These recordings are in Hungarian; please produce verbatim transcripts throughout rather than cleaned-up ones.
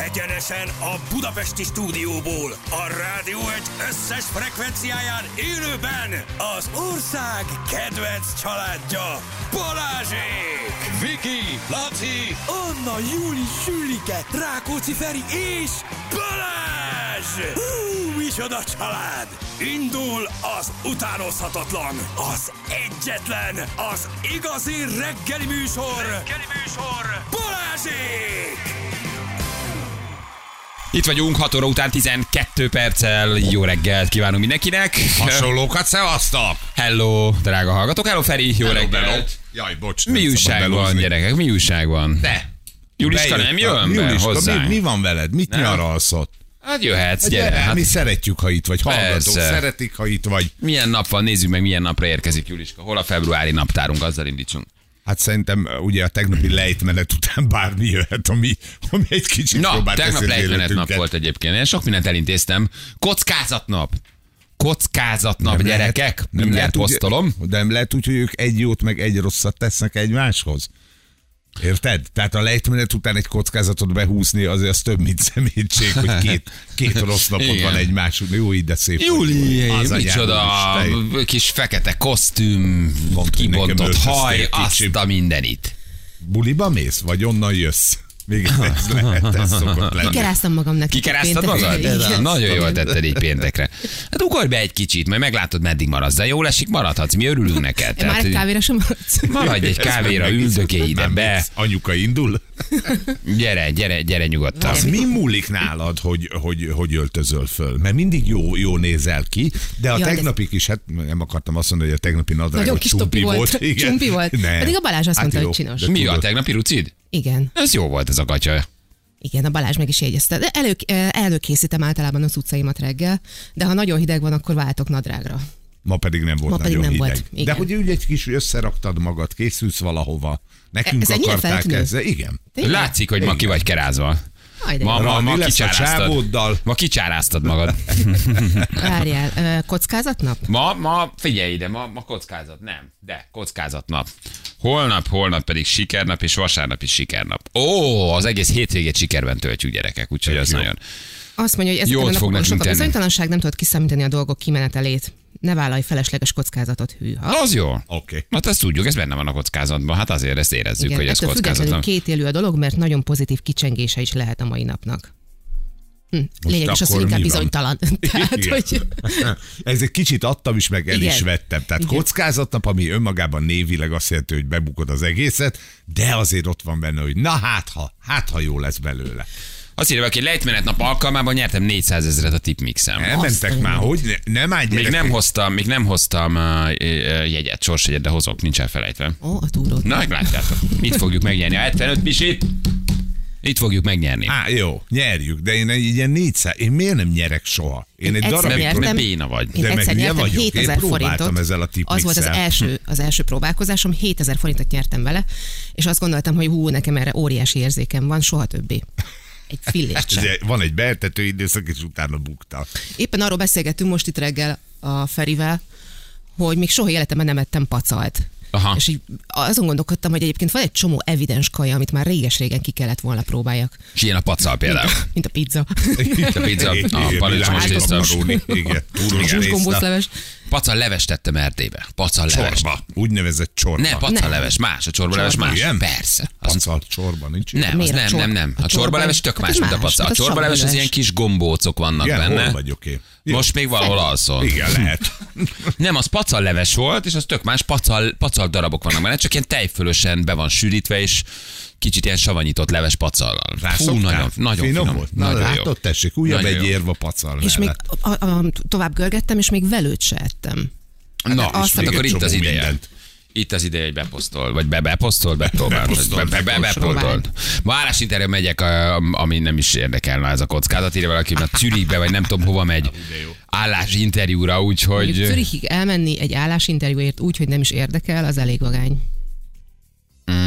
Egyenesen a budapesti stúdióból, a Rádió egy összes frekvenciáján élőben az ország kedvenc családja, Balázsék! Viki, Laci, Anna, Júli, Sülike, Rákóczi Feri és Balázs! Hú, micsoda család! Indul az utánozhatatlan, az egyetlen, az igazi reggeli műsor, reggeli műsor, Balázsék! itt vagyunk, hat óra után tizenkét perccel. Jó reggelt kívánunk mindenkinek. Hasonlókat, szevasztok! Hello, drága hallgatók. Hello, Feri, jó Hello, reggelt. hello. Jaj, bocs. Mi újság van, gyerekek, mi újság van? De. Juliska nem jön be Juliska, hozzánk? mi, mi van veled? Mit Nem? nyaralsz? Hát jöhetsz, gyere. Gyere, Hát mi szeretjük, ha itt vagy. Hallgatók Persze. szeretik, ha itt vagy. milyen nap van, nézzük meg, milyen napra érkezik Juliska. Hol a februári naptárunk, azzal indítsunk. Hát szerintem ugye a tegnapi lejtmenet után bármi jöhet, ami, ami egy kicsit Na, próbál tegnap teszi lejtmenet nap életünket. volt egyébként. Én sok mindent elintéztem. Kockázatnap. Kockázatnap, Nem gyerekek. lehet- Mindjárt lehet úgy- posztolom. De nem lehet úgy, hogy ők egy jót meg egy rosszat tesznek egymáshoz. Érted? Tehát a lejtmenet után egy kockázatot behúzni, azért az több, mint szemétség, hogy két, két rossz napod Igen. van egymásod. Jó, így de szép. Júli, Az micsoda anyád is, te- kis fekete kosztüm, Mondd, hogy nekem kibontott öltöztél haj, kicsim. azt a mindenit. Buliba mész, vagy onnan jössz? Még ez lehet, ez szokott lenni. Kikeráztam magamnak. Kikeráztad péntekre. magad? Igen. Nagyon jól tetted így péntekre. Hát ugorj be egy kicsit, majd meglátod, meddig maradsz. De jól esik, maradhatsz, mi örülünk neked. Már egy hogy kávéra sem maradsz. maradj egy kávéra, üldögélj ide Nem be. mész. Anyuka indul? Gyere, gyere, gyere nyugodtan. Az mi múlik nálad, hogy, hogy, hogy öltözöl föl? Mert mindig jó, jó nézel ki, de a Jaj, de- tegnapik is, hát nem akartam azt mondani, hogy a tegnapi nadrág Nagyon hogy kis csumpi topi volt. volt. Igen. Csumpi volt. Nem. Pedig a Balázs azt mondta, jó, hogy csinos. de Mi a tudod, tegnapi rucid? Igen, Ez jó volt ez a gatya. igen, a Balázs meg is jegyezte. De elő, előkészítem általában az utcaimat reggel, de ha nagyon hideg van, akkor váltok nadrágra. Ma pedig nem volt Ma pedig nagyon nem hideg. volt, igen. De hogy úgy egy kis összeraktad magad, készülsz valahova. Nekünk Ez ennyire akarták feltűnő? ezzel. Igen. Tényleg? Látszik, hogy ma ki vagy kerázva. Aj, de Ma, jó. ma, ma Rani lesz a kicsáráztad. csávóddal. Ma kicsáráztad magad. Várjál, ö, kockázatnap? Ma, ma, figyelj ide, ma, ma kockázat. Nem, de kockázatnap. Holnap, holnap pedig sikernap, és vasárnap is sikernap. Ó, az egész hétvégét sikerben töltjük, gyerekek, úgyhogy az jó. nagyon. Azt mondja, hogy Jót ezeken a fog napokon sok a nekünk tenni. bizonytalanság, nem tudod kiszámítani a dolgok kimenetelét. Ne vállalj felesleges kockázatot, hűha. Az jó. Oké. Okay. Hát ezt tudjuk, ez benne van a kockázatban. Hát azért ezt érezzük, Igen, hogy ez ettől függetlenül kockázatlan. két élő a dolog, mert nagyon pozitív kicsengése is lehet a mai napnak. Hm. Lényeges az, akkor hogy inkább mi van? bizonytalan. Tehát, Igen. hogy... Ez egy kicsit adtam is, meg el Igen. is vettem. Tehát Igen. kockázatnap, ami önmagában névileg azt jelenti, hogy bebukod az egészet, de azért ott van benne, hogy na hát ha, hát ha jó lesz belőle. Azt írja, hogy lejtmenet nap alkalmában nyertem négyszázezret a tipmixem. Elmentek Azt már, a- hogy ne, nem állj Még gyerekek. nem hoztam, még nem hoztam uh, uh, jegyet, sorsjegyet, de hozok, nincs elfelejtve. Ó, a túrót. Na, meglátjátok. Itt fogjuk megnyerni a hetvenöt pisit. Itt fogjuk megnyerni. Á, jó, nyerjük, de én egy ilyen négyszáz, én miért nem nyerek soha? Én egy egyszer darabig nyertem. Mert béna vagy. Én De meg egyszer hülye nyertem vagyok. Én hétezer próbáltam forintot. ezzel a Az volt az tipmixel. első, az első próbálkozásom, hétezer forintot nyertem vele, és azt gondoltam, hogy hú, nekem erre óriási érzékem van, soha többé. Egy fillért sem. Ez- Van egy beeltető időszak, és utána bukta. Éppen arról beszélgettünk most itt reggel a Ferivel, hogy még soha életemben nem ettem pacalt. Aha. És így azon gondolkodtam, hogy egyébként van egy csomó evidens kaja, amit már réges-régen ki kellett volna próbáljak. És ilyen a pacal például. Mint a pizza. A pizza, a Igen, paradicsomos világos tészta. makaroni, igen, túros Zsús tészta. gombócleves. Pacal leves tettem Erdélybe. Pacal leves. Csorba, úgynevezett csorba. Ne, pacal Nem. leves, más. A csorba leves más. Igen? Persze. Az Pacal csorba nincs. nem, az Miért a nem, csorba- nem, nem. a A csorba csorba- leves tök hát más, ez mint a más, pacal. A hát az csorba leves az savanyúleves. ilyen kis gombócok vannak Igen, hol benne. vagyok én? Jó. Most még valahol alszol. Igen, lehet. Nem, az pacal leves volt, és az tök más, pacal, pacal darabok vannak benne, csak ilyen tejfölösen be van sűrítve, és kicsit ilyen savanyított leves pacallal. Fú, Rászoktál? nagyon, nagyon Finom finom. volt? Na, Nagyon jó. látod, tessék, újabb Nagyon egy jó. érv a pacal És még mellett. a, a, tovább görgettem, és még velőt se ettem. Na, Hát, azt és hát még akkor egy itt az csomó ideje. mindent. Itt az ideje, hogy beposztol, vagy be beposztol, bepróbálod. Beposztol, Be, be, be, beposztol. bepróbálod. Ma állásinterjú megyek, a- ami nem is érdekelne ez a kockázat, írja valaki, mert Zürichbe, vagy nem tudom hova megy állásinterjúra, Mondjuk úgyhogy... Zürichig elmenni egy állásinterjúért úgy, hogy nem is érdekel, az elég vagány. Mm,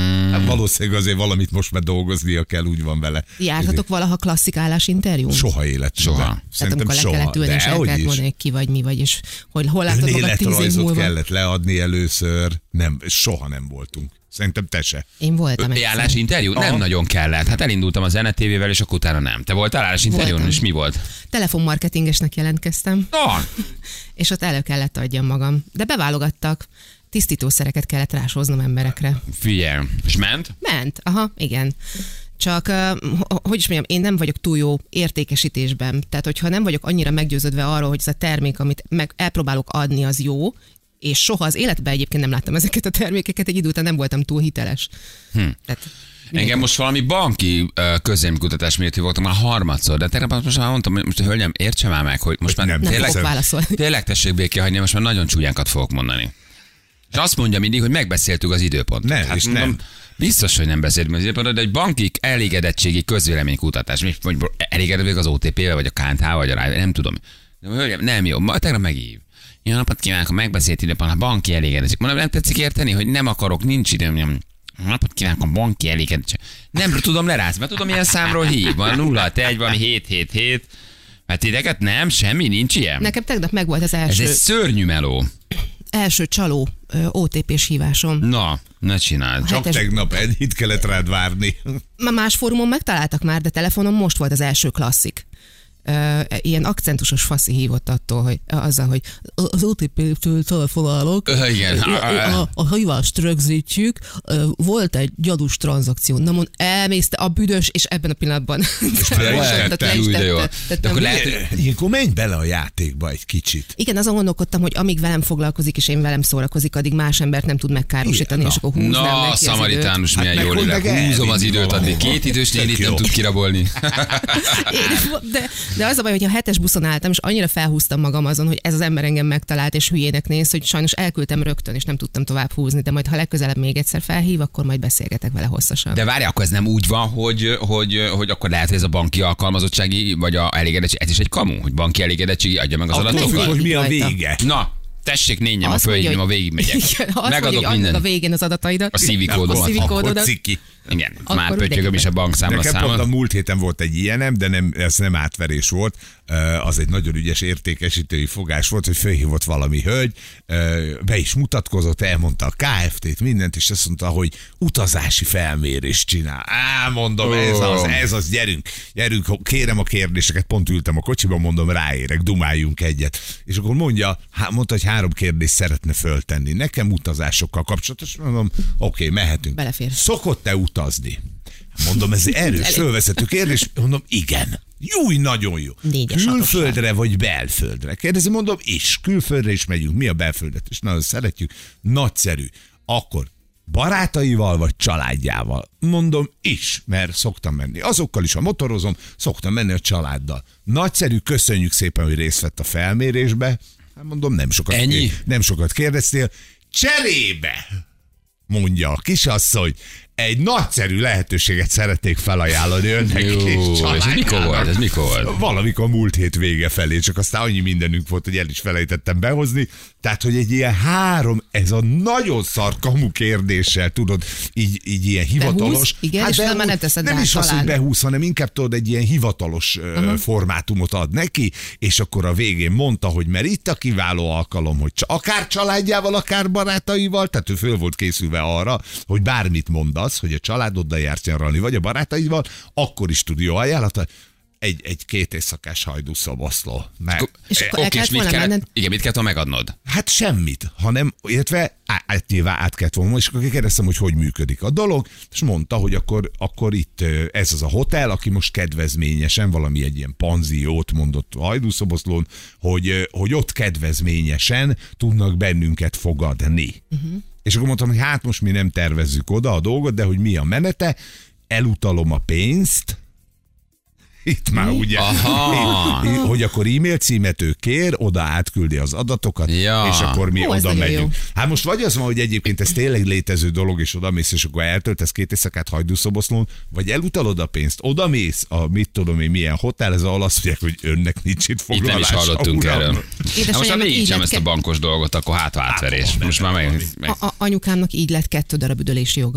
valószínűleg azért valamit most már dolgoznia kell, úgy van vele. Jártatok valaha klasszikálás interjún? Soha életben. Soha. Szerintem Tehát amikor soha. le kellett ülni, és el kellett mondani, hogy ki vagy, mi vagy, és hogy hol látod magad tíz év Önéletrajzot múlva. kellett leadni először. Nem, soha nem voltunk. Szerintem te se. Én voltam egyszer. Állásinterjú? Nem nagyon kellett. Hát elindultam a Zene té vével, és akkor utána nem. Te voltál állásinterjún, Voltam. és mi volt? Telefonmarketingesnek jelentkeztem, Na, és ott elő kellett adjam magam. De beválogattak, tisztítószereket kellett rásoznom emberekre. figyelj. És ment? Ment, aha, igen. Csak, uh, hogy is mondjam, én nem vagyok túl jó értékesítésben. Tehát, hogyha nem vagyok annyira meggyőződve arról, hogy ez a termék, amit meg elpróbálok adni, az jó, és soha az életben egyébként nem láttam ezeket a termékeket, egy idő után nem voltam túl hiteles. Hm. Tehát, Engem most valami banki uh, közémkutatás miatt hívottam már harmadszor, de tegnap most már mondtam, hogy most hölgyem, értse már meg, hogy most már Nem nem tényleg, fogok válaszolni. tényleg tessék béké hagyni, most már nagyon csúnyákat fogok mondani. És azt mondja mindig, hogy megbeszéltük az időpontot. Nem, és nem. Biztos, hogy nem beszéltünk az időpontot, de egy banki elégedettségi közvéleménykutatás, mi vagy elégedett az o té pé-vel, vagy a ká en há, vagy a rá, nem tudom. De hölgyem, nem jó, ma tegnap megív. Jó napot kívánok, a megbeszélt időpont, a banki elégedettség. Mondom, nem tetszik érteni, hogy nem akarok, nincs időm. Jó napot kívánok, a banki elégedettség. Nem tudom lerázni, mert tudom, milyen számról hív. Van nulla egy, van hét hét hét. Mert ideket nem, semmi, nincs ilyen. Nekem tegnap megvolt az Ez első, egy szörnyű meló. első csaló ö, ó té pés hívásom. Na, ne csináld. Csak Hetes- tegnap ennyit kellett rád várni. Ma más fórumon megtaláltak már, de telefonon most volt az első klasszik. Uh, ilyen akcentusos faszi hívott attól, hogy azzal, hogy az ó té pé-től telefonálok, Ö, igen. a, a, a hívást rögzítjük, uh, volt egy gyanús tranzakció. Na mond, elmész te a büdös, és ebben a pillanatban le is Tehát tette. le is Ú, de jó. tette. Tehát De akkor nem- lehet, hogy- Ilyenkor menj bele a játékba egy kicsit. Igen, azon gondolkodtam, hogy amíg velem foglalkozik, és én velem szórakozik, addig más embert nem tud megkárosítani, Igen, és akkor húznám Na, neki az időt. szamaritánus, Hát milyen meg jól hogy élek. meg Húzom az elvinni időt, addig valahova. két idős Tök nénit nem jó. tud kirabolni. Én- De, de az a baj, hogy a hetes buszon álltam, és annyira felhúztam magam azon, hogy ez az ember engem megtalált, és hülyének néz, hogy sajnos elküldtem rögtön, és nem tudtam tovább húzni, de majd ha legközelebb még egyszer felhív, akkor majd beszélgetek vele hosszasan. De várj, akkor ez nem úgy van, hogy, hogy, hogy akkor lehet, hogy ez a banki alkalmazottsági, vagy a elégedettség, ez is egy kamu, hogy banki elégedettségi adja meg az Attól függ, adatokat? hogy mi a Rajta. vége. Na, tessék, négyem a Azt mondja, fölhívni, a hogy- végigmegyek. Igen, azt mondja, Megadok hogy adnak mindent. a végén az adataidat. A szívi Akkor- kódomat. szívi Akkor kódodat. ciki. Igen, Akkor már pöttyögöm is a bankszámla Nekem pont a számot. múlt héten volt egy ilyenem, de nem, ez nem átverés volt. Uh, Az egy nagyon ügyes értékesítői fogás volt, hogy fölhívott valami hölgy, uh, be is mutatkozott, elmondta a ká ef té-t, mindent, és azt mondta, hogy utazási felmérést csinál. Á, mondom, ez az, ez az, gyerünk, gyerünk, kérem a kérdéseket, pont ültem a kocsiban, mondom, ráérek, dumáljunk egyet. És akkor mondja, há, mondta, hogy három kérdést szeretne föltenni. Nekem utazásokkal kapcsolatos, mondom, oké, okay, mehetünk. Belefér. Szokott-e utazni? Mondom, ez erős, Elég. fölvezető kérdés. Mondom, igen. Júj, nagyon jó. Négyes Külföldre vagy belföldre? Kérdezi, mondom, is. Külföldre is megyünk. Mi a belföldet? És nagyon szeretjük. Nagyszerű. Akkor barátaival vagy családjával? Mondom, is, mert szoktam menni. Azokkal is, ha motorozom, szoktam menni a családdal. Nagyszerű, köszönjük szépen, hogy részt vett a felmérésbe. Hát mondom, nem sokat, Ennyi? nem sokat kérdeztél. Cserébe, mondja a kisasszony, egy nagyszerű lehetőséget szeretnék felajánlani önnek Jó, és és ez családjának. mikor volt? Ez mikor volt? Valamikor múlt hét vége felé, csak aztán annyi mindenünk volt, hogy el is felejtettem behozni. Tehát, hogy egy ilyen három, ez a nagyon szar kamu kérdéssel, tudod, így, így ilyen hivatalos. Behúz? Igen, és utána már nem teszed nem rá, is az, hogy talán. behúz, hanem inkább tudod, egy ilyen hivatalos uh-huh. formátumot ad neki, és akkor a végén mondta, hogy mert itt a kiváló alkalom, hogy csa- akár családjával, akár barátaival, tehát ő föl volt készülve arra, hogy bármit mondasz, hogy a családoddal jársz nyaralni, vagy a barátaival, akkor is tud jó ajánlata. Egy, egy két éjszakás hajdúszoboszló. Meg, És akkor Oké, el és kellett mit volna kellett, menned? igen, mit kellett volna megadnod? Hát semmit, hanem, illetve át, nyilván át kellett volna, és akkor kérdeztem, hogy hogy működik a dolog, és mondta, hogy akkor, akkor itt ez az a hotel, aki most kedvezményesen, valami egy ilyen panziót mondott hajdúszoboszlón, hogy, hogy ott kedvezményesen tudnak bennünket fogadni. Uh-huh. És akkor mondtam, hogy hát most mi nem tervezzük oda a dolgot, de hogy mi a menete, elutalom a pénzt, itt már ugye, Aha. hogy akkor e-mail címet ő kér, oda átküldi az adatokat, Ja. és akkor mi Ó, ez oda nagyon megyünk. jó. Hát most vagy az van, hogy egyébként ez tényleg létező dolog, és oda mész, és akkor eltöltesz két éjszakát hajdúszoboszlón, vagy elutalod a pénzt, oda mész a mit tudom én milyen hotel, ez ahol azt mondják, hogy önnek nincs itt Itt nem foglalása. is hallottunk uram. erről. Hát most már Édesanyámnak így végigcsinálom lett ezt a ke- bankos dolgot, akkor hát átverés. Hát, Most már meg... meg- A, a, anyukámnak így lett kettő darab üdölési joga.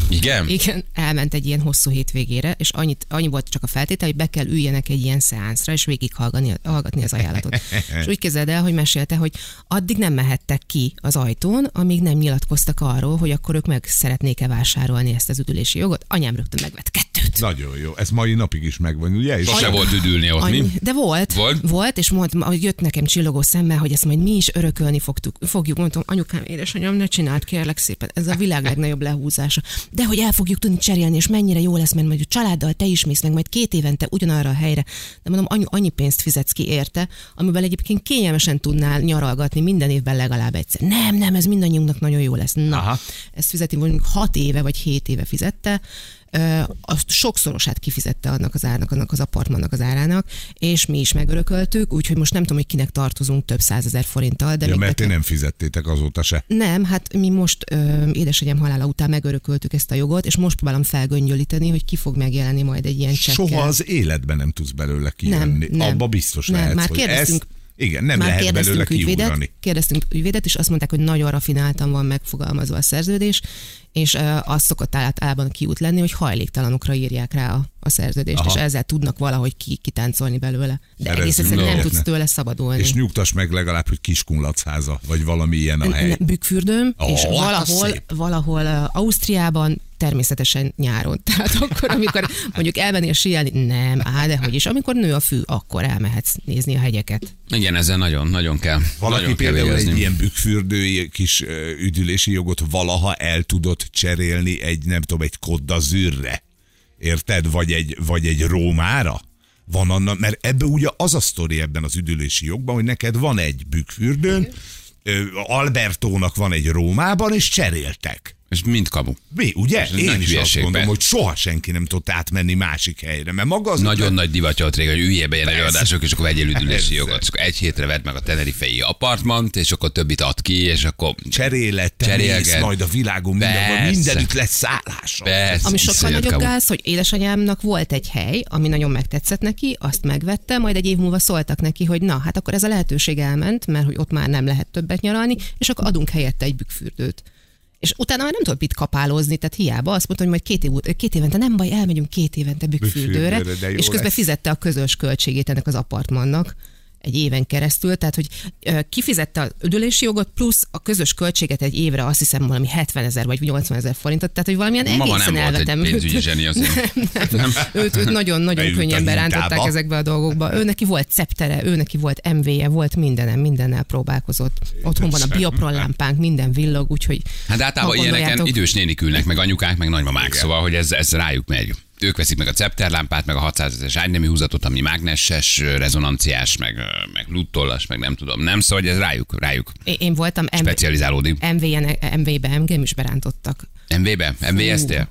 Igen? Igen, elment egy ilyen hosszú hétvégére, és annyit, annyi volt csak a feltétel, hogy be kell üljenek egy ilyen szeánszra, és végig hallgatni, hallgatni az ajánlatot. És úgy képzeld el, hogy mesélte, hogy addig nem mehettek ki az ajtón, amíg nem nyilatkoztak arról, hogy akkor ők meg szeretnék-e vásárolni ezt az üdülési jogot. Anyám rögtön megvett kettőt. Nagyon jó. Ez mai napig is megvan, ugye? És Sose Annyi- volt üdülni ott, Annyi, mi? de volt, Volt? volt, és mondtam, hogy jött nekem csillogó szemmel, hogy ezt majd mi is örökölni fogtuk, fogjuk. Mondtam, anyukám, édesanyám, ne csináld, kérlek szépen, ez a világ legnagyobb lehúzása. De hogy el fogjuk tudni cserélni, és mennyire jó lesz, mert majd a családdal te is mész meg, majd két évente ugyanarra a helyre. De mondom, anyu, annyi pénzt fizetsz ki érte, amivel egyébként kényelmesen tudnál nyaralgatni minden évben legalább egyszer. Nem, nem, ez mindannyiunknak nagyon jó lesz. Na, Aha. ezt fizeti, mondjuk hat éve vagy hét éve fizette, Ö, azt sokszorosát kifizette annak az árnak, annak az apartmannak az árának, és mi is megörököltük, úgyhogy most nem tudom, hogy kinek tartozunk több százezer forinttal. De ja, még mert ti nekem... nem fizettétek azóta se. Nem, hát mi most ö, édesanyám halála után megörököltük ezt a jogot, és most próbálom felgöngyölíteni, hogy ki fog megjelenni majd egy ilyen csekkel. Soha az életben nem tudsz belőle kijönni. Nem, nem. Abba biztos Nem, lehetsz, már hogy kérdeztünk- ezt, igen, nem Már lehet belőle kérdeztünk ügyvédet, kiugrani. kérdeztünk ügyvédet, és azt mondták, hogy nagyon rafináltan van megfogalmazva a szerződés, és uh, az szokott általában kiút lenni, hogy hajléktalanokra írják rá a, a szerződést, Aha. és ezzel tudnak valahogy ki, kitáncolni belőle. De Erre egész ez egyszerűen nem lehetne. tudsz tőle szabadulni. És nyugtass meg legalább, hogy Kiskunlachháza, vagy valami ilyen a hely. Ne- Bükkfürdőm, Ó, és hát az valahol, szép. valahol uh, Ausztriában természetesen nyáron. Tehát akkor, amikor mondjuk elmennél síelni, nem, á, de hogy is. Amikor nő a fű, akkor elmehetsz nézni a hegyeket. Igen, ezzel nagyon, nagyon kell. Valaki nagyon kell például végezni. egy ilyen bükkfürdői kis ö, üdülési jogot valaha el tudott cserélni egy, nem tudom, egy Côte d'Azurre. Érted? Vagy egy, vagy egy Rómára? Van annak, mert ebben ugye az a sztori ebben az üdülési jogban, hogy neked van egy bükkfürdőn, ö, Albertónak van egy Rómában, és cseréltek. És mind kamu. Mi, ugye? Ez Én nagy is azt hülyeség, gondolom, be. hogy soha senki nem tudott átmenni másik helyre, mert maga az Nagyon ötlet- nagy divatja ott régen, hogy üljél be ilyen Persze. előadások, és akkor vegyél üdülési Persze. jogot. És akkor egy hétre vedd meg a Tenerifei apartmant, és akkor többit ad ki, és akkor cserélet, te mész Cserélget. majd a világon mindenhol, Persze. mindenütt lesz szállása. Persze. Ami sokkal iszonyat nagyobb kamu. gáz, hogy édesanyámnak volt egy hely, ami nagyon megtetszett neki, azt megvette, majd egy év múlva szóltak neki, hogy na, hát akkor ez a lehetőség elment, mert hogy ott már nem lehet többet nyaralni, és akkor adunk helyette egy bükkfürdőt. És utána már nem tudott mit kapálózni, tehát hiába azt mondta, hogy majd két, év, ut- két évente, nem baj, elmegyünk két évente bükkfürdőre, Bükkfürdőre, de jó és közben lesz. fizette a közös költségét ennek az apartmannak egy éven keresztül, tehát hogy ö, kifizette az üdülési jogot, plusz a közös költséget egy évre, azt hiszem valami hetvenezer vagy nyolcvanezer forintot, tehát hogy valamilyen Mama egészen nem volt egy elvetem. pénzügyi zseni azért. nem, őt, őt nagyon-nagyon Beült a könnyen berántották hintába. ezekbe a dolgokba. Ő neki volt ceptere, ő neki volt em vé-je, volt mindenem, mindennel próbálkozott. Otthon van a biopron lámpánk, minden villog, úgyhogy Hát általában ha ilyeneken gondoljátok- idős nénik ülnek, meg anyukák, meg nagymamák, szóval, hogy ez, ez rájuk megy. Ők veszik meg a cepterlámpát, meg a hatszázezres ágynemű húzatot, ami mágneses, rezonanciás, meg, meg luttollas, meg nem tudom. Nem, szóval hogy ez rájuk, rájuk Én, én voltam em- specializálódik. em vé-en, em vé-be, engem is berántottak. em vé-be? em vé-eztél?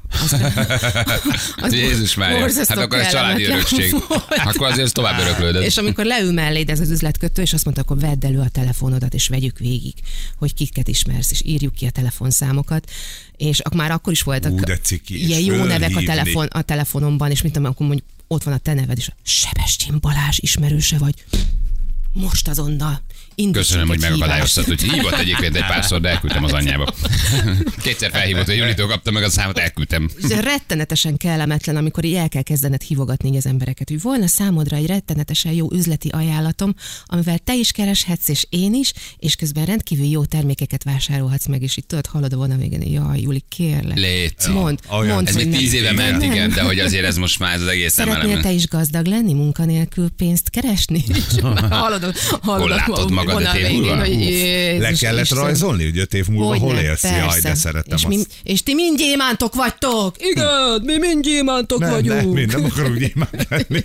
Az Jézus Mária. borzasztó Hát akkor ez családi kellemetlen örökség. volt. Akkor azért ezt tovább öröklődöd. És amikor leül melléd ez az üzletkötő, és azt mondta, akkor vedd elő a telefonodat, és vegyük végig, hogy kiket ismersz, és írjuk ki a telefonszámokat. És ak- már akkor is voltak Ú, de ciki, és ilyen jó nevek a, fölhívni. telefon, a telefonomban, és mint tudom, akkor mondjuk ott van a te neved, és Sebestyén Balázs ismerőse vagy. Most azonnal. Indítsunk Köszönöm, hogy egy hívást. megakadályoztad, hogy hívott egyébként egy párszor, de elküldtem az anyjába. Kétszer felhívott, hogy Julitól kaptam meg a számot, elküldtem. Ez rettenetesen kellemetlen, amikor így el kell kezdened hívogatni így az embereket, hogy volna számodra egy rettenetesen jó üzleti ajánlatom, amivel te is kereshetsz, és én is, és közben rendkívül jó termékeket vásárolhatsz meg, és itt tudod, hallod volna még, jaj, Juli, kérlek. Légy. Mond, Olyan. mondd, Ez hogy még nem. tíz éve Nem, ment, nem. igen, de hogy azért ez most már ez az egész nem Szeretnél te elem. is gazdag lenni, munkanélkül pénzt keresni? hallod, hallod, Hol látod magad vonal öt év végén, múlva? hogy Uff. Jézus Le kellett Isten. rajzolni, hogy öt év múlva Hogyne, hol élsz? Jaj, persze. de szeretem és, azt. mi, és ti mind gyémántok vagytok? Igen, mi mind gyémántok Nem, vagyunk. nem, én nem akarok gyémánt lenni.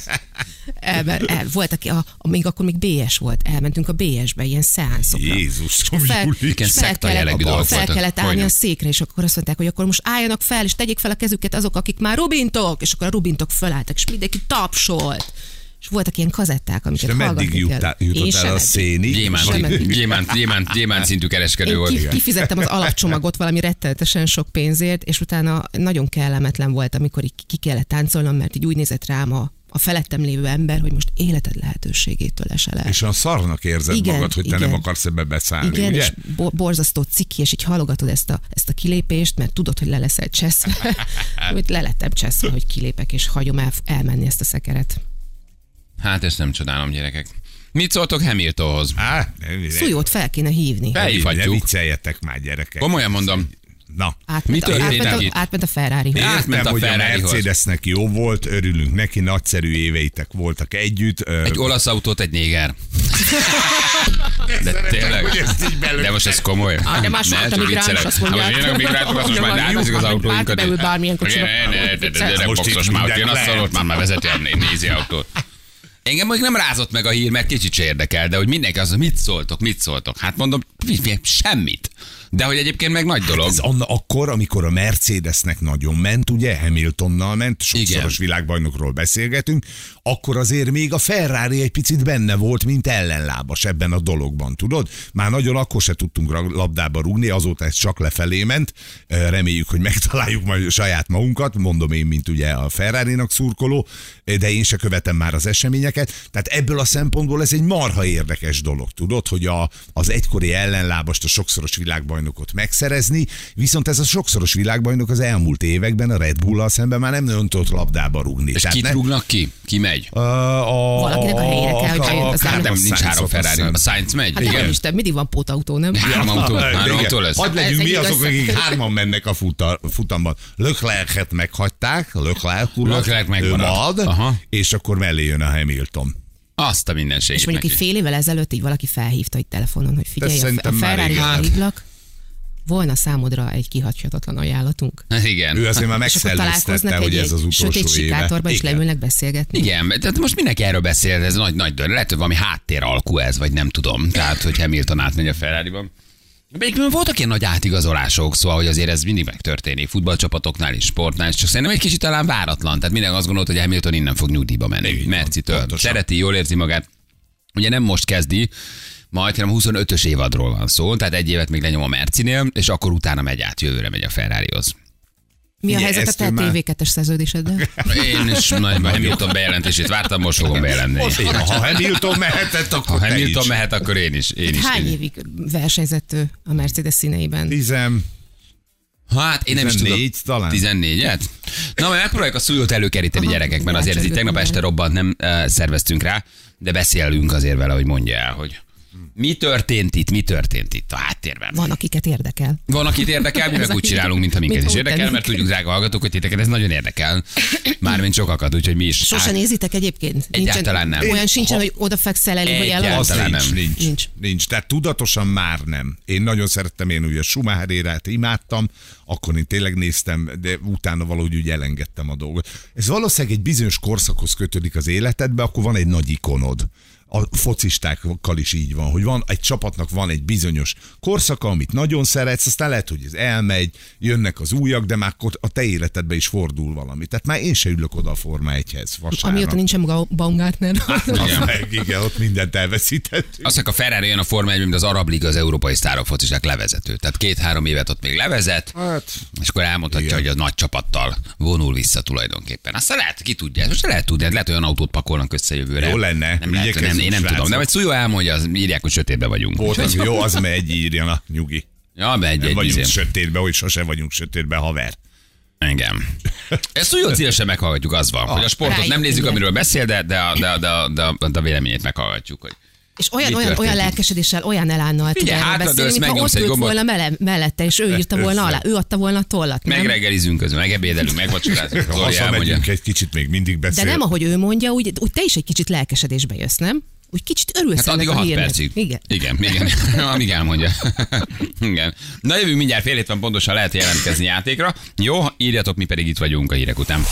El, el, volt, aki, a, a, még akkor még bé es volt, elmentünk a bé esbe, ilyen szeánszokra. Jézusom, Fel, Juli. Igen, és fel szekta jellegű kellett, dolgok fel voltak. kellett állni Hogyne. a székre, és akkor azt mondták, hogy akkor most álljanak fel, és tegyék fel a kezüket azok, akik már rubintok, és akkor a rubintok fölálltak, és mindenki tapsolt. És voltak ilyen kazetták, amiket És te meddig hallgatni juttál, kell. Én jutott el sem a eddig. szénig? Gyémánt, Semmi. gyémánt, gyémánt, gyémánt szintű kereskedő Én volt. ki, kifizettem az alapcsomagot valami rettenetesen sok pénzért, és utána nagyon kellemetlen volt, amikor így ki kellett táncolnom, mert így úgy nézett rám a a felettem lévő ember, hogy most életed lehetőségétől esel el. És a szarnak érzed igen, magad, hogy te igen. nem akarsz ebbe beszállni, Igen, ugye? és bo- borzasztó ciki, és így halogatod ezt a, ezt a kilépést, mert tudod, hogy le leszel cseszve. Úgy le lettem cseszve, hogy kilépek, és hagyom el, elmenni ezt a szekeret. Hát ezt nem csodálom, gyerekek. Mit szóltok Hamiltonhoz? Á, ne, ne, Szújót fel kéne hívni. ne Felhívhatjuk. vicceljetek már, gyerekek. Komolyan mondom. Na, Átment, Mi történt átment, itt? a, átment a Ferrari. Átment értem, a hogy a Ferrarihoz. Mercedesnek jó volt, örülünk neki, nagyszerű éveitek voltak együtt. Egy olasz autót, egy néger. De tényleg. hogy ezt így belőle- De most ez komoly. Ah, de más Ne, volt a csak migráns, viccelek. azt mondják. Ha most jönnek migrántok, azt most már átviszik az autóinkat. Bárki beül bármilyen kocsiba. Ne, ne, ne, de- de- de Most boxos itt már, hogy minden jön a lehet. szalott, már már vezeti a né- nézi autót. Engem mondjuk nem rázott meg a hír, mert kicsit se érdekel, de hogy mindenki az, mit szóltok, mit szóltok. Hát mondom, semmit. De hogy egyébként meg nagy dolog. Ez anna akkor, amikor a Mercedesnek nagyon ment, ugye, Hamiltonnal ment, sokszoros Igen. világbajnokról beszélgetünk, akkor azért még a Ferrari egy picit benne volt, mint ellenlábas ebben a dologban, tudod? Már nagyon akkor se tudtunk ra- labdába rúgni, azóta ez csak lefelé ment, reméljük, hogy megtaláljuk majd saját magunkat, mondom én, mint ugye a Ferrari-nak szurkoló, de én se követem már az eseményeket, tehát ebből a szempontból ez egy marha érdekes dolog, tudod, hogy a, az egykori ellenlábast, a sokszoros világbajnokot megszerezni, viszont ez a sokszoros világbajnok az elmúlt években a Red Bull-al szemben már nem nagyon tudott labdába rúgni. És Tehát kit ne- rúgnak ki? Ki megy? A, a, Valakinek a helyére kell, hogy bejön az Carlos állam. Nem, nincs Sainz-ot, három azt Ferrari. hiszem. A Sainz megy? Hát nem is, te mindig van pótautó, nem? Három autó, három Igen. autó lesz. Hadd legyünk Ez mi egy azok, igaz- akik hárman mennek a futa, futamban. Leclerc-et meghagyták, Leclerc urat, Leclerc ő megmaradt. marad, Aha. és akkor mellé jön a Hamilton. Azt a mindenségét És mondjuk így neki. fél évvel ezelőtt így valaki felhívta egy telefonon, hogy figyelj, a, a szerintem már Ferrari régen. hívlak, volna számodra egy kihagyhatatlan ajánlatunk. Hát igen. Ő azért már És akkor megszellőztette, találkoznak hogy egy, ez az egy utolsó sötét éve. sikátorba, és Igen. leülnek beszélgetni. Igen, tehát most mindenki erről beszél, ez nagy, nagy dolog. Lehet, hogy valami háttér alkú ez, vagy nem tudom. Tehát, hogy Hamilton átmegy a Ferrariban. De egyébként voltak ilyen nagy átigazolások, szóval, hogy azért ez mindig megtörténik. Futballcsapatoknál is, sportnál is, csak szerintem egy kicsit talán váratlan. Tehát minden azt gondolt, hogy Hamilton innen fog nyugdíjba menni. Így van, Mercitől. pontosan. Szereti, jól érzi magát. Ugye nem most kezdi, majd, hanem huszonötös évadról van szó, tehát egy évet még lenyom a Mercinél, és akkor utána megy át, jövőre megy a Ferrarihoz. Mi a Ugye, helyzet a ezt ő te már- té vé kettes szerződéseddel? Én is nagy Hamilton bejelentését vártam, most fogom bejelenteni. Most én, ha Hamilton mehetett, akkor Ha te Hamilton is. mehet, akkor én is. Én is, Hány én is. évig versenyzett ő a Mercedes színeiben? Tízem, Hát én nem is tudom. tizennégy talán. tizennégyet? Na, majd megpróbáljuk a szújót előkeríteni gyerekek, mert azért ez így tegnap este robbant, nem uh, szerveztünk rá, de beszélünk azért vele, hogy mondja el, hogy mi történt itt, mi történt itt a háttérben. Van, akiket érdekel. Van, akit érdekel, mi Ez meg a úgy hír. csinálunk, mint ha minket Mint is úgy érdekel, tennénk. mert tudjuk, drága hallgatók, hogy titeket ez nagyon érdekel. Mármint sokakat, úgyhogy mi is. Sose át- nézitek egyébként? Egyáltalán nem. Olyan sincsen, hogy odafekszel elé, hogy Egyáltalán Az elolvasd? nem. nincs, nincs, Nincs. nincs. Nincs. Tehát tudatosan már nem. Én nagyon szerettem, én ugye Schumacher érát imádtam, akkor én tényleg néztem, de utána valahogy úgy elengedtem a dolgot. Ez valószínűleg egy bizonyos korszakhoz kötődik az életedbe, akkor van egy nagy ikonod. A focistákkal is így van, hogy van egy csapatnak van egy bizonyos korszaka, amit nagyon szeretsz, aztán lehet, hogy ez elmegy, jönnek az újak, de már akkor a te életedbe is fordul valami. Tehát már én se ülök oda a Forma egyhez vasárnap. Amióta nincsen maga a Baumgartner. Igen. Az meg, igen, ott mindent elveszítettünk. Azt mondják, a Ferrari jön a Forma egy, mint az Arab Liga, az európai sztárok focisták levezető. Tehát két-három évet ott még levezet, Hát, és akkor elmondhatja, igen. hogy a nagy csapattal vonul vissza tulajdonképpen. Aztán lehet, ki tudja, most lehet tudni, lehet olyan autót pakolnak össze jövőre. Jó lenne, Nem lehet, igyekezzünk, nem, én nem tudom. srácok. De vagy Szújó elmondja, az írják, hogy sötétben vagyunk. volt az jó, az megy, írja, na, nyugi. Ja, be egy, Nem egy vagyunk izé. sötétben, hogy sose vagyunk sötétben, haver. Engem. Ezt Szújót szívesen meghallgatjuk, az van, hogy a sportot nem Rájuk, nézzük, igen. amiről beszél, de, de, a- de, de, de, de, de a véleményét meghallgatjuk. Hogy És olyan, Mi olyan, történt olyan itt? lelkesedéssel, olyan elánnal tud Figyelj, erről hátradőlsz, beszélni, mintha megnyomsz ott egy ült gombot. volna mele, mellette, és ő írta volna alá, ő adta volna a tollat, nem? megreggelizünk közben, megebédelünk, megvacsorázunk. Zoli elmondja. Hazamegyünk egy kicsit, még mindig De beszél. nem, ahogy ő mondja, úgy, úgy te is egy kicsit lelkesedésbe jössz, nem? Úgy kicsit örülsz Hát addig a ennek hat hírnek. percig. Igen. Igen, igen. Amíg elmondja. Igen. Na jövünk mindjárt fél hét van, pontosan lehet jelentkezni játékra. Jó, írjatok, mi pedig itt vagyunk a hírek után.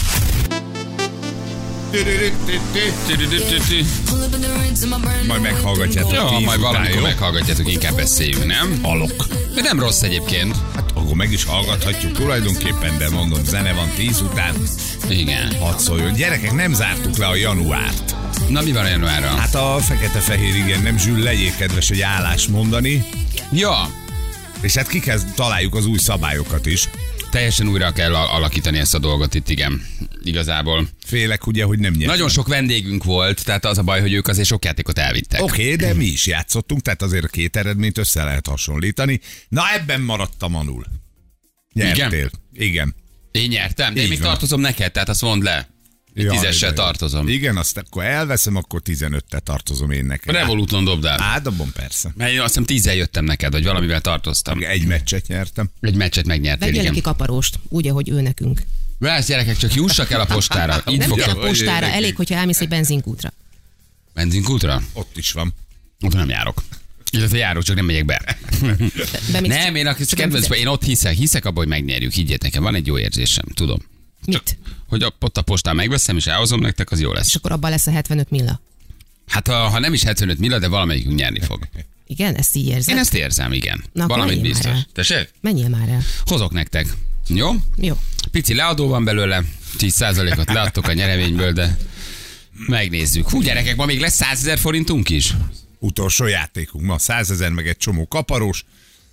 Majd meghallgatjátok. Jó, tíz majd után, valamikor jó? meghallgatjátok, inkább beszéljünk, nem? Alok. De nem rossz egyébként. Hát akkor meg is hallgathatjuk tulajdonképpen, de mondom, zene van tíz után, Igen. hadd szóljon. Gyerekek, nem zártuk le a januárt. Na mi van a januárra? Hát a fekete-fehér, igen, nem Zsül, legyél kedves egy állást mondani, Ja, és hát ki kell találjuk az új szabályokat is. Teljesen újra kell al- alakítani ezt a dolgot itt, igen. Igazából. Félek ugye, hogy nem nyert. Nagyon sok vendégünk volt, tehát az a baj, hogy ők azért sok játékot elvittek. Oké, okay, de mi is játszottunk, tehát azért a két eredményt össze lehet hasonlítani. Na ebben maradtam alul. Nyertél. Igen. Igen. Én nyertem, de Így én még van. tartozom neked, tehát azt mondd le. Egy Jaj, tízessel de jó. tartozom. Igen, azt akkor elveszem, akkor tizenöttel tartozom én neked. Revoluton dobd el. Ádabban persze. Mert én azt hiszem tízzel jöttem neked, vagy valamivel tartoztam. Egy meccset nyertem. Egy meccset megnyertél, Vegyél igen. neki kaparóst, úgy, ahogy ő nekünk. Vász, gyerekek, csak jussak el a postára. Így Nem fogtok. kell a postára, hogy- elég, hogyha elmész egy benzinkútra. Benzinkútra? Ott is van. Ott nem járok. Illetve járok, csak nem megyek be. Bemész- Nem, én, a csak nem kedvenc, fizet. én ott hiszek, hiszek abban, hogy megnyerjük, higgyétek nekem, van egy jó érzésem, tudom. Mit? Hogy a- ott a postán megveszem, és elhozom nektek, az jó lesz. És akkor abban lesz a hetvenöt milla. Hát ha, ha nem is hetvenöt milla, de valamelyikünk nyerni fog. Igen, ezt így érzed? Én ezt érzem, igen. Na, akkor Valamit menjél biztos. már el. Tessék? Menjél már el. Hozok nektek. Jó? Jó. Pici leadó van belőle, tíz százalékot leadtok a nyereményből, de megnézzük. Hú, gyerekek, ma még lesz százezer forintunk is? Utolsó játékunk ma százezer meg egy csomó kaparós.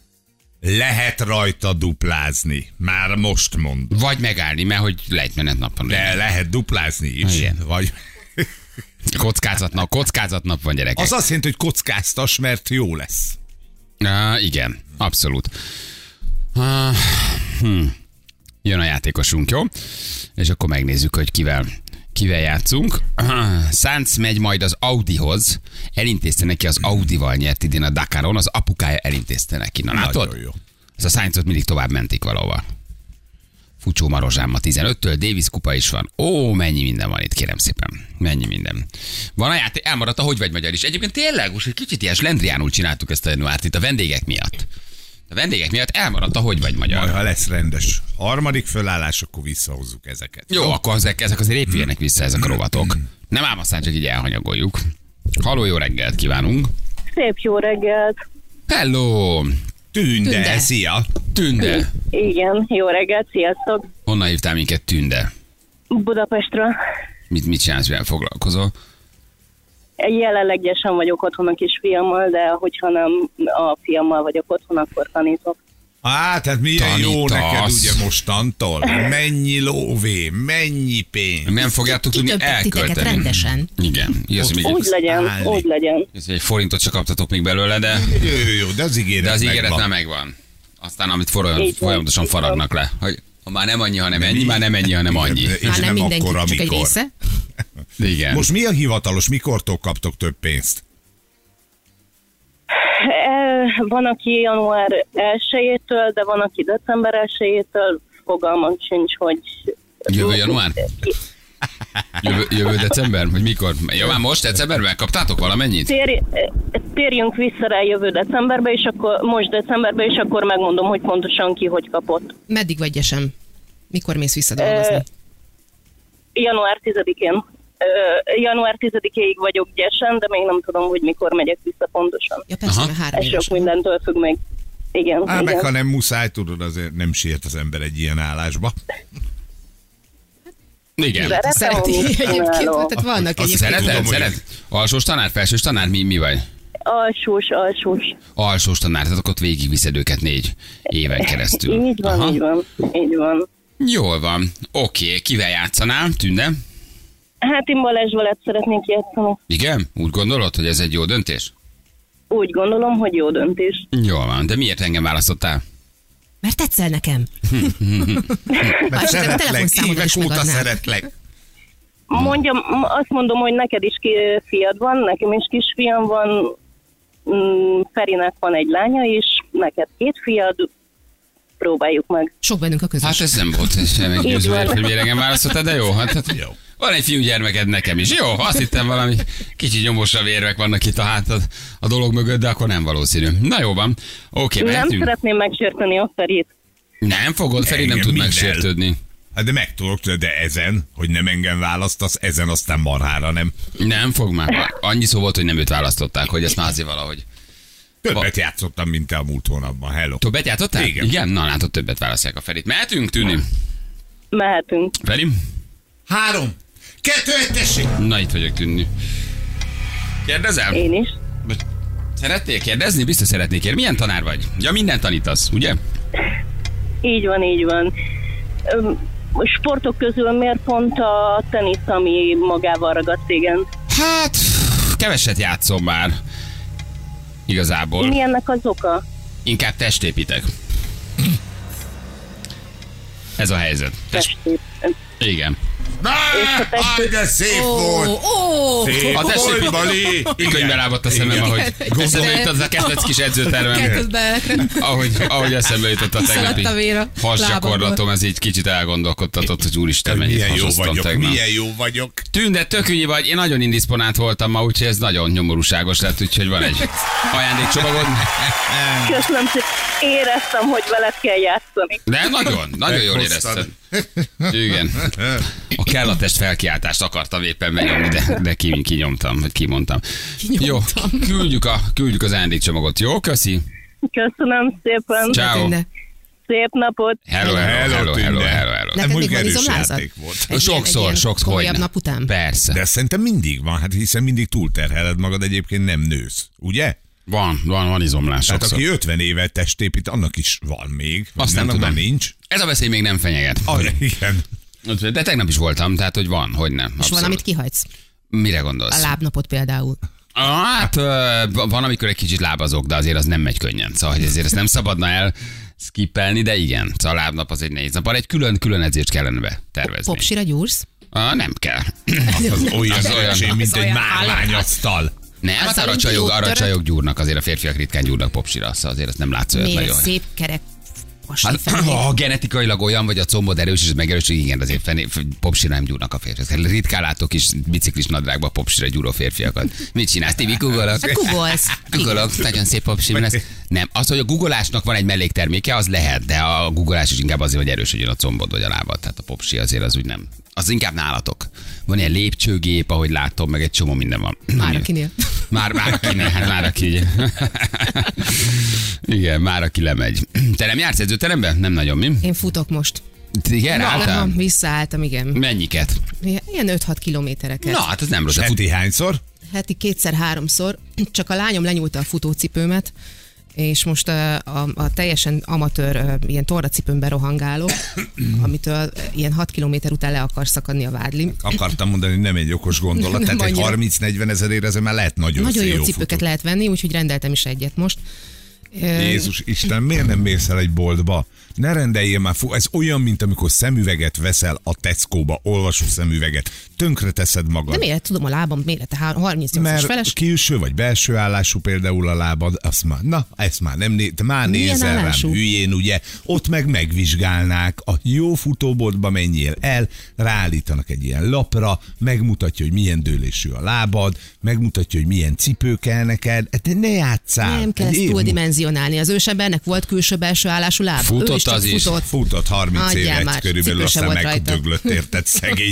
Lehet rajta duplázni. Már most mondom. Vagy megállni, mert hogy lejtmenet napon. De lehet duplázni is. Igen. Vagy... Kockázatnap, kockázatnap van, gyerekek. Az azt jelenti, hogy kockáztas, mert jó lesz. Ah, igen, abszolút. Ah, hm. Jön a játékosunk, jó? És akkor megnézzük, hogy kivel, kivel játszunk. Ah, Sainz megy majd az Audihoz. Elintézte neki, az Audival nyert idén a Dakaron, az apukája elintézte neki. Na látod? Nagyon jó. Ez a Sainzot mindig tovább mentik valahova. Fucsó Marozsán ma tizenöttől, Davis kupa is van. Ó, mennyi minden van itt, kérem szépen. Mennyi minden. Van a játék, elmaradt a Hogy vagy magyar is. Egyébként tényleg, most egy kicsit ilyen slendriánul csináltuk ezt a januárt itt a vendégek miatt. A vendégek miatt elmaradt a Hogy vagy magyar. Majd, ha lesz rendes harmadik fölállás, akkor visszahozzuk ezeket. Jó, akkor ezek, ezek azért épüljenek vissza, ezek a rovatok. Nem ám aztán csak így elhanyagoljuk. Halló, jó reggelt kívánunk. Szép jó reggelt. Hello, Tünde, Tünde. szia! Tünde. Igen, jó reggelt, sziasztok. Honnan hívtál minket, Tünde? Budapestről. Mit, mit csinálsz, mivel foglalkozol? Jelenleg gyesen vagyok otthon a kisfiammal, de hogyha nem a fiammal vagyok otthon, akkor tanítok. Á, tehát milyen jó Tanítasz. neked ugye mostantól. Mennyi lóvé, mennyi pénz. Nem fogjátok tudni Kitöbbet titeket elkölteni. rendesen. Igen, igaz, hogy még Úgy legyen, állni. úgy legyen. igaz, hogy egy forintot csak kaptatok még belőle, de, Jó, jó, jó, de az ígéret de az ígéret megvan. nem megvan. Aztán amit folyam, Így van, folyamatosan így van. faragnak le, hogy ha már nem annyi, hanem ennyi, már nem ennyi, hanem annyi. És Már nem nem mindenki, akkor, csak egy amikor. része. Igen. Most mi a hivatalos, mikortól kaptok több pénzt? E, Van, aki január elsejétől, de van, aki december elsejétől. Fogalmam sincs, hogy... Jövő január? Jövő, jövő december? Vagy mikor? Ja, már most decemberben kaptátok valamennyit? Tér, térjünk vissza rá jövő decemberbe, és akkor most decemberbe, és akkor megmondom, hogy pontosan ki hogy kapott. Meddig vagy gyesem? Mikor mész vissza dolgozni? január tizedikén. Ö, január tizedikéig vagyok gyesen, de még nem tudom, hogy mikor megyek vissza pontosan. Ja persze, Aha. mert három Ez éves. sok mindentől függ még. Igen, Á, meg igen. ha nem muszáj, tudod, azért nem sért az ember egy ilyen állásba. Igen. Szeretem, Szereti amit egyébként, csinálok. tehát vannak Azt egyébként. Szereted? tudom, hogy- Szeret? Alsós tanár, felsős tanár, mi, mi vagy? Alsós, alsós. Alsós tanár, tehát akkor végigviszed őket négy éven keresztül. Így van, Aha. így van, így van. Jól van. Oké, kivel játszanál? Tünde? Hát én Balázs veled szeretnék játszani. Igen? Úgy gondolod, hogy ez egy jó döntés? Úgy gondolom, hogy jó döntés. Jól van, de miért engem választottál? Mert tetszel nekem. Mert Azt hiszem, a szeretlek, telefonszámodat évek is óta megadnám. szeretlek. Mondjam, azt mondom, hogy neked is ki- fiad van, nekem is kisfiam van, mm, Ferinek van egy lánya is, neked két fiad, próbáljuk meg. Sok bennünk a közös. Hát ez nem volt ez sem meggyőző, hogy miért engem választottál, de jó, hát, hát Jó. van egy fiúgyermeked nekem is. Jó, azt hittem valami kicsi nyomosabb érvek vannak itt a hátad a dolog mögött, de akkor nem valószínű. Na jó van, oké, Nem mehetünk. szeretném megsérteni a Ferit. Nem fogod, Feri nem Engem tud minden. megsértődni. Hát de meg tudok, de ezen, hogy nem engem választasz, ezen aztán marhára nem. Nem fog már. Annyi szó volt, hogy nem őt választották, hogy ezt már azért valahogy. Többet játszottam, mint te a múlt hónapban. Hello. Többet játszottál? Igen. Igen? Na látod, többet választják a Ferit. Mehetünk, Tűni? Mehetünk. Feri? Három. Kettő, egy, tessék. Na itt vagyok, Tűni. Kérdezel? Én is. Szeretnél kérdezni? Biztos szeretnék kérdezni. Milyen tanár vagy? Ja, minden tanítasz, ugye? Így van, így van. Öm, Sportok közül miért pont a tenisz, ami magával ragadt, igen? Hát, keveset játszom már. Igazából. Mi ennek az oka? Inkább testépítek. Ez a helyzet. Test... Testép. Igen. Áj, de szép volt! Ó, Szép A tessék, volt, Bali! könyvbe lábadt a szemem, ahogy eszembe jutott az a kedvenc kis edzőtermem. kettőbe Ahogy, ahogy eszembe jutott a tegnapi Kiszaladt a vér a hasgyakorlatom, ez így kicsit elgondolkodtatott, hogy úristen, mennyit Milyen jó hasoztam vagyok, tegnap. milyen jó vagyok. Tünde, tök ügyi vagy, én nagyon indisponált voltam ma, úgyhogy ez nagyon nyomorúságos lett, úgyhogy van egy ajándékcsomagod. Köszönöm szépen. Éreztem, hogy veled kell játszani. De nagyon, nagyon jól Meghoztad. érezted. Igen. A kell a test felkiáltást akartam éppen megnyomni, de, de ki, kinyomtam, vagy kimondtam. Kinyomtam. Jó, küldjük, a, küldjük az ajándékcsomagot. Jó, köszi. Köszönöm szépen. Ciao. Tünde. Szép napot. Hello, hello, hello, hello, hello, hello. Neked mondjuk még van erős izomlázad? játék volt. Egy ilyen- Sokszor, egy ilyen sokszor. komolyabb hogyne. nap után? Persze. De szerintem mindig van, hát hiszen mindig túlterheled magad, egyébként nem nősz, ugye? Van, van, van izomlás Tehát sokszor. aki ötven évet testépít, annak is van még. Azt nem annak tudom. már nincs. Ez a veszély még nem fenyeget. Ah, igen. De tegnap is voltam, tehát hogy van, hogy nem. És van, amit kihagysz? Mire A gondolsz? lábnapot például. Ah, Hát ö, van, amikor egy kicsit lábazok, de azért az nem megy könnyen. Szóval hogy ezért ezt nem szabadna el skippelni, de igen. Szóval a lábnap az egy nehéz nap. Egy külön, külön edzést kellene be tervezni. Popsira gyúrsz? Ah, nem kell. Az olyan Az olyan- ereség, mint az egy olyan márványasztal. Nem, hát Azzal arra úgy csajok, jó arra törött. csajok gyúrnak, azért a férfiak ritkán gyúrnak popsira, szóval azért ezt nem látsz olyat Miért nagyon. szép kerek pasi Hát, fenék? ha genetikailag olyan vagy, a combod erős, és ez megerősödik, igen, azért fené, popsira nem gyúrnak a férfiak. Ritkán látok is biciklis nadrágba popsira gyúró férfiakat. Mit csinálsz, Tibi? Googolok? Hát googolsz. Googolok, nagyon szép popsim lesz. Nem, az, hogy a googolásnak van egy mellékterméke, az lehet, de a googolás is inkább azért, hogy erősödjön a combod vagy a lábad. Tehát a popsi azért az úgy nem. Az inkább nálatok. Van ilyen lépcsőgép, ahogy látom, meg egy csomó minden van. Már akinél. Már, már akinél, hát már aki ugye. Igen, már aki lemegy. Te nem jársz edzőteremben? Nem nagyon, mi? Én futok most. Igen, Aha, álltál? visszaálltam, igen. Mennyiket? Ilyen öt-hat kilométereket. Na, hát ez nem rossz. De fut... Heti hányszor? Heti kétszer-háromszor. Csak a lányom lenyúlta a futócipőmet, és most a, a, a teljesen amatőr a, ilyen tornacipőmben rohangálok, amitől ilyen hat kilométer után le akar szakadni a vádlim. Akartam mondani, hogy nem egy okos gondolat. Nem Tehát egy annyira. harminc-negyven ezerért ezzel már lehet nagyon, Nagyon szép jó jó cipőket futó. lehet venni, úgyhogy rendeltem is egyet most. Ö, Jézus Isten, miért nem mész el egy boltba? Ne rendeljél már, fú, ez olyan, mint amikor szemüveget veszel a Tesco-ba, olvasó szemüveget. Tönkre teszed magad. De miért tudom a lábam mérete harmincnyolcas Mert feles? külső vagy belső állású például a lábad, azt már, na, ezt már nem né- te már Milyen nézel rám állású? hülyén, ugye, ott meg megvizsgálnák, a jó futóboltba menjél el, ráállítanak egy ilyen lapra, megmutatja, hogy milyen dőlésű a lábad, megmutatja, hogy milyen cipő kell neked, de ne játsszál. Nem kell Egy ezt év túldimenzionálni. Az ősembernek volt külső-belső állású lába. Futott Ő is csak az is. futott. Futott harminc Adjál évet már, körülbelül, cipő se aztán volt rajta. megdöglött, érted, szegény.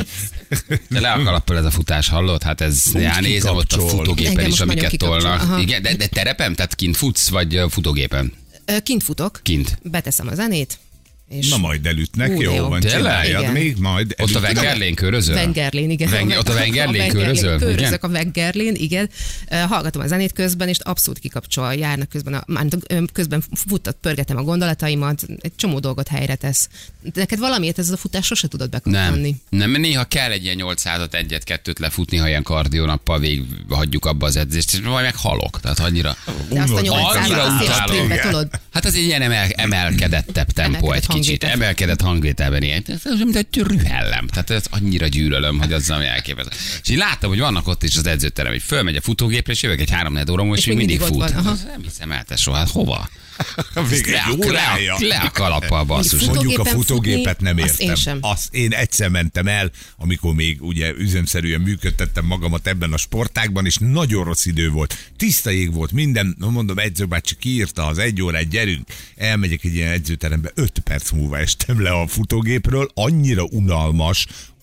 De le a kalappal ez a futás, hallod? Hát ez, já, nézem ott a kikapcsol. futógépen Engem is, most nagyon amiket kikapcsol. tolnak. Aha. Igen, de, de terepen? Tehát kint futsz, vagy ö, futógépen? Ö, Kint futok. Kint. Beteszem a zenét. És Na majd elütnek, Ú, de jó, jó. van, Tényleg? csináljad Igen. még, majd Ott a elütnek. Wengerlén körözöl? Wengerlén, igen. Venge- ott a Wengerlén körözöl? Körözök Igen? a Wengerlén, igen. Ö, Hallgatom a zenét közben, és abszolút kikapcsol. Járnak közben, a, már közben futtat, pörgetem a gondolataimat, egy csomó dolgot helyre tesz. De neked valamiért ez a futás sose tudod bekapcsolni. Nem, nem, néha kell egy ilyen nyolcszázat, egyet, kettőt lefutni, ha ilyen kardiónappal végig hagyjuk abba az edzést, és majd meg halok. Tehát annyira... De azt a Unod- Annyira nyolcszázat szép utálom. sprintbe tolod. Hát az egy ilyen emel, emelkedettebb tempó Emelkedett egy kicsit. hangvétel. Emelkedett hangvételben ilyen. Ez az, mint egy rühellem. Tehát ezt annyira gyűlölöm, hogy az ami elképesztő. És így láttam, hogy vannak ott is az edzőterem, hogy fölmegy a futógépre, és jövök egy három óra múlva, és, És még még mindig, mindig fut. ott van, aha. Hát, nem hiszem el, te soha. Hát hova? Végig Le, egy a- le, órája. a- le a kalappal, basszus. Fut- Mondjuk a Futógépen futógépet nem futni, azt értem. én sem. Azt én egyszer mentem el, amikor még ugye üzemszerűen működtettem magamat ebben a sportágban, és nagyon rossz idő volt. Tiszta jég volt minden, mondom, edzőbácsi kiírta az egy órát, gyerünk, elmegyek egy ilyen edzőterembe, öt perc múlva estem le a futógépről, annyira unalmas,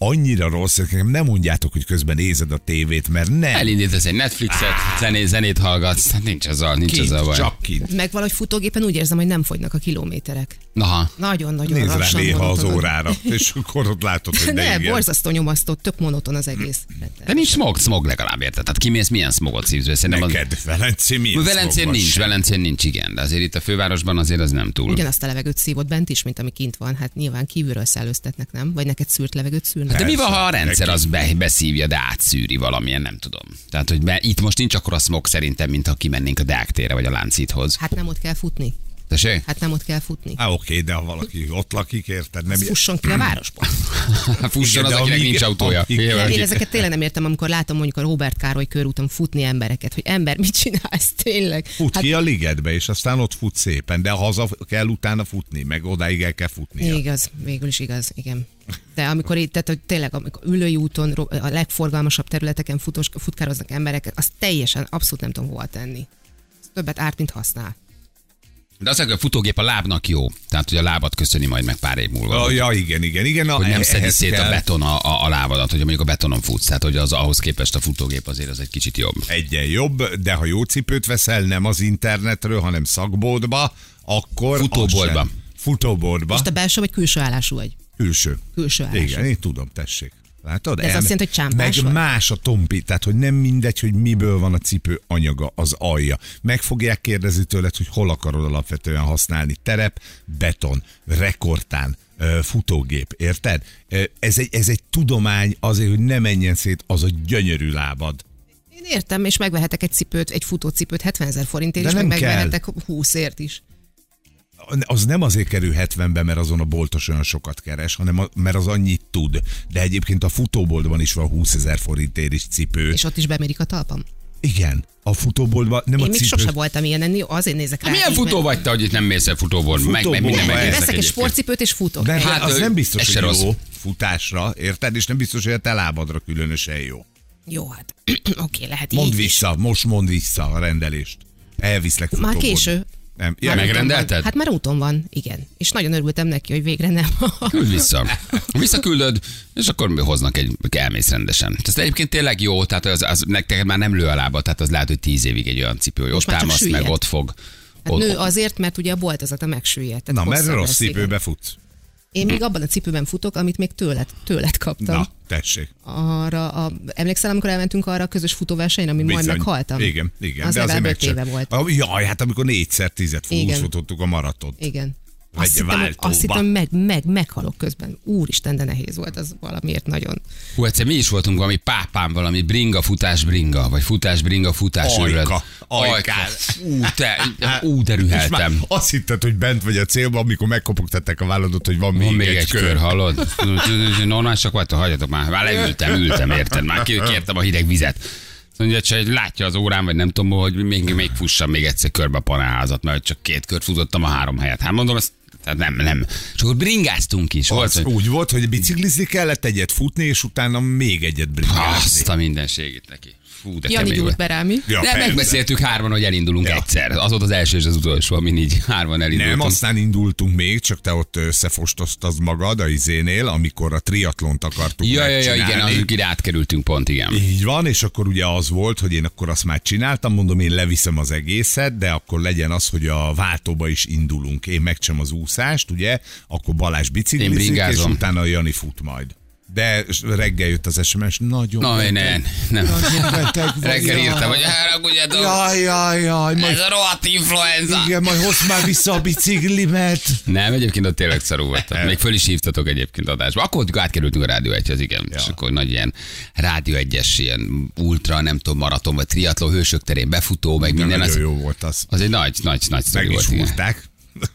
annyira rossz, hogy nekem nem mondjátok, hogy közben nézed a tévét, mert nem. Elindítasz egy Netflixet, zenét, zenét hallgatsz, hát nincs az a, nincs Kint, az a baj. csak kint. Meg valahogy futógépen úgy érzem, hogy nem fogynak a kilométerek. Aha. Nagyon-nagyon Nézd rá lassan néha az monoton. órára, és akkor ott látod, hogy de Ne, igen. borzasztó nyomasztó, tök monoton az egész. De nincs smog, smog legalább, érted? Tehát kimész, milyen smogot szívző? Szerintem az... Neked, Velencén milyen Velencén szmog van nincs, sem. Velencén nincs, igen, de azért itt a fővárosban azért az nem túl. Ugyanazt a levegőt szívott bent is, mint ami kint van. Hát nyilván kívülről szellőztetnek, nem? Vagy neked szűrt levegőt szűrnek? De mi van, Persze, ha a rendszer neki. az be, beszívja, de átszűri valamilyen, nem tudom. Tehát, hogy be, itt most nincs akkor a smog szerintem, mint ha kimennénk a Deák térre vagy a Lánchídhoz. Hát nem ott kell futni. Tessék? Hát nem ott kell futni. Á, oké, de ha valaki ott lakik, érted? Nem Fusson ki a városból. Fusson Igen, az, de akinek amíg- nincs autója. amíg- Ilyen Én valaki. ezeket tényleg nem értem, amikor látom mondjuk a Róbert Károly körúton futni embereket, hogy ember, mit csinálsz tényleg? Fut Hát ki a ligetbe, és aztán ott fut szépen, de haza kell utána futni, meg odáig el kell futnia. igaz, végül is igaz, igen. De amikor itt, tehát hogy tényleg amikor ülői úton, a legforgalmasabb területeken futos, futkároznak emberek, azt teljesen abszolút nem tudom hova tenni. Ez többet árt, mint használ. De az, hogy a futógép a lábnak jó. Tehát, hogy a lábat köszöni majd meg pár év múlva. Ah, hogy- ja, igen, igen, igen. Na, hogy nem szedi ehhez szét a kell beton a, a, a lábadat, hogy mondjuk a betonon futsz. Tehát, hogy az ahhoz képest a futógép azért az egy kicsit jobb. egyen jobb, de ha jó cipőt veszel, nem az internetről, hanem szakboltba, akkor... Futóboltba. az sem. Futóboltba. Most a belső vagy külső állású vagy? Külső. Külső állású. Igen, én tudom, tessék. Látod? De ez azt jelenti, hogy csámpás Meg vagy? más a tompi, tehát hogy nem mindegy, hogy miből van a cipő anyaga, az alja. Meg fogják kérdezni tőled, hogy hol akarod alapvetően használni. Terep, beton, rekordtán, ö, futógép, érted? Ö, Ez egy, ez egy tudomány azért, hogy ne menjen szét az a gyönyörű lábad. Én értem, és megvehetek egy cipőt, egy futócipőt hetvenezer forintért, De és meg nem kell. megvehetek húszért is. Az nem azért kerül hetvenbe, mert azon a boltos olyan sokat keres, hanem a, mert az annyit tud. De egyébként a futóboltban is van húszezer forintért is cipő. És ott is bemérik a talpam. Igen, a futóboltban nem Én a még cipő. sose voltam ilyen, azért nézek rá. Milyen így, futó mert- vagy te, hogy itt nem mész el futóból? Meg, meg minden Futóból. megnéznek Veszek egy egyébként. sportcipőt és futok. De Hát, hát, az ő- nem biztos, ez hogy se jó rossz. futásra, érted? És nem biztos, hogy a te lábadra különösen jó. Jó, hát oké, lehet Mondd így is. vissza, most mondd vissza a rendelést. Elviszlek Már futóboltba. késő. Nem. Ja, Már meg... úton megrendelted? van. Hát már úton van, igen. És nagyon örültem neki, hogy végre nem. Küld vissza. Visszaküldöd, és akkor hoznak egy, elmész rendesen. Ez egyébként tényleg jó, tehát az, az nektek már nem lő a lába, tehát az lehet, hogy tíz évig egy olyan cipő, hogy Most ott már csak támaszt, meg süllyed. ott fog. Hát ott, nő azért, mert ugye a boltozata megsüllyedt. tehát Na, mert hosszabb rossz lesz, igen. cipőbe futsz. Én még abban a cipőben futok, amit még tőled, tőled kaptam. Na, tessék. Arra a, emlékszel, amikor elmentünk arra a közös futóversenyre, amin majd Bizony. meghaltam? Igen, igen. Az de azért legalább meg öt éve volt. Ah, Jaj, hát amikor négyszer tízet Igen. futottuk a maratont. Igen. Megy Azt hittem, hogy, váltóba. azt hittem, meg, meg, meghalok közben. Úristen, de nehéz volt az valamiért nagyon. Hú, egyszer mi is voltunk valami pápán, valami bringa, futás, bringa, vagy futás, bringa, futás, Ajka, őrület. ajkás. Ú, te, ú, de És már rüheltem. azt hitted, hogy bent vagy a célban, amikor megkopogtatták a válladat, hogy van, Van még egy, kör, kör. hallod? Normálisak vagytok, hagyjatok már. Már leültem, ültem, érted? Már ki- kértem a hideg vizet. Azt mondja, hogy látja az órán, vagy nem tudom, hogy még, még fussam még egyszer körbe a panelházat, mert csak két kört futottam a három helyet. Hát mondom, ezt tehát nem, nem. És akkor bringáztunk is. Volt, Az hogy úgy volt, hogy biciklizni kellett egyet futni, és utána még egyet azt bringázni. a mindenségét neki. Fú, de Jani kemény gyújt volt. be rám, mi? Ja, De persze. megbeszéltük hárman, hogy elindulunk Ja. egyszer. Az volt az első és az utolsó, ami így hárman elindultunk. Nem, aztán indultunk még, csak te ott összefostoztad magad a izénél, amikor a triatlont akartuk Ja, ja, ja, megcsinálni. igen, azok ide átkerültünk pont, igen. Így van, és akkor ugye az volt, hogy én akkor azt már csináltam, mondom, én leviszem az egészet, de akkor legyen az, hogy a váltóba is indulunk. Én megcsom az úszást, ugye, akkor Balázs Én biciklizik, és bringázom. utána a Jani fut majd. De reggel jött az es em es, nagyon Na, beteg. nem, nem. Nagyon beteg vagy. Reggel Jaj. írtam, hogy haragudjatok, Jaj, jaj, jaj, majd, ez a rohadt influenza. igen, majd hozd már vissza a biciklimet. Nem, egyébként ott tényleg szarú voltam. Még föl is hívtatok egyébként adásba. Akkor átkerültünk a Rádió egyhez, igen. Ja. És akkor nagy ilyen Rádió egyes, ilyen ultra, nem tudom, maraton vagy triatlon, hősök terén befutó, meg minden. Nagyon Az, jó volt az. az egy nagy, nagy, nagy sztori Meg is volt, igen. fúrták.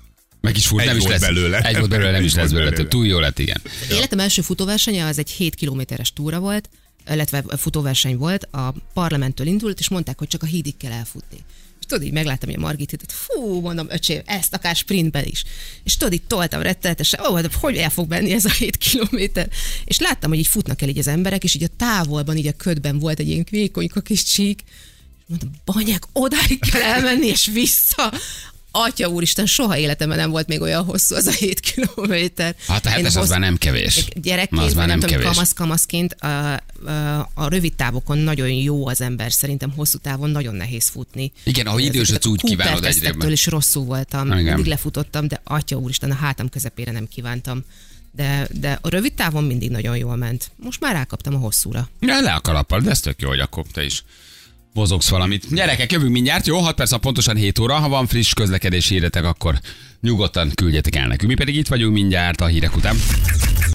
Meg is fúrt, Egy nem is volt lesz. belőle. Egy volt belőle, nem is Egy lesz volt belőle. belőle. Túl jó lett, igen. Életem első futóversenye az egy hét kilométeres túra volt, illetve futóverseny volt, a parlamenttől indult, és mondták, hogy csak a hídig kell elfutni. És tudod, így megláttam, hogy a Margitit, fú, mondom, öcsém, ezt akár sprintben is. És tudod, így toltam rettenetesen, ó, de hogy el fog menni ez a hét kilométer. És láttam, hogy így futnak el így az emberek, és így a távolban, így a ködben volt egy ilyen vékonyka kis csík, és mondtam, banyák, odáig kell elmenni, és vissza. atya úristen, soha életemben nem volt még olyan hosszú az a hét kilométer. Hát a hetes az már nem kevés. Gyerekként, az már nem, nem kevés. kamasz-kamaszként a, a, a rövid távokon nagyon jó az ember, szerintem hosszú távon nagyon nehéz futni. Igen, ahogy idősödsz, úgy kívánod egyre. is rosszul voltam, igen. mindig lefutottam, de atya úristen, a hátam közepére nem kívántam. De, de a rövid távon mindig nagyon jól ment. Most már rákaptam a hosszúra. Ja, le a kalappal, de ez tök jó, hogy akkor te is mozogsz valamit. Gyerekek, jövünk mindjárt, jó? hat perc, pontosan hét óra. Ha van friss közlekedési híretek, akkor nyugodtan küldjetek el nekünk. Mi pedig itt vagyunk mindjárt a hírek után.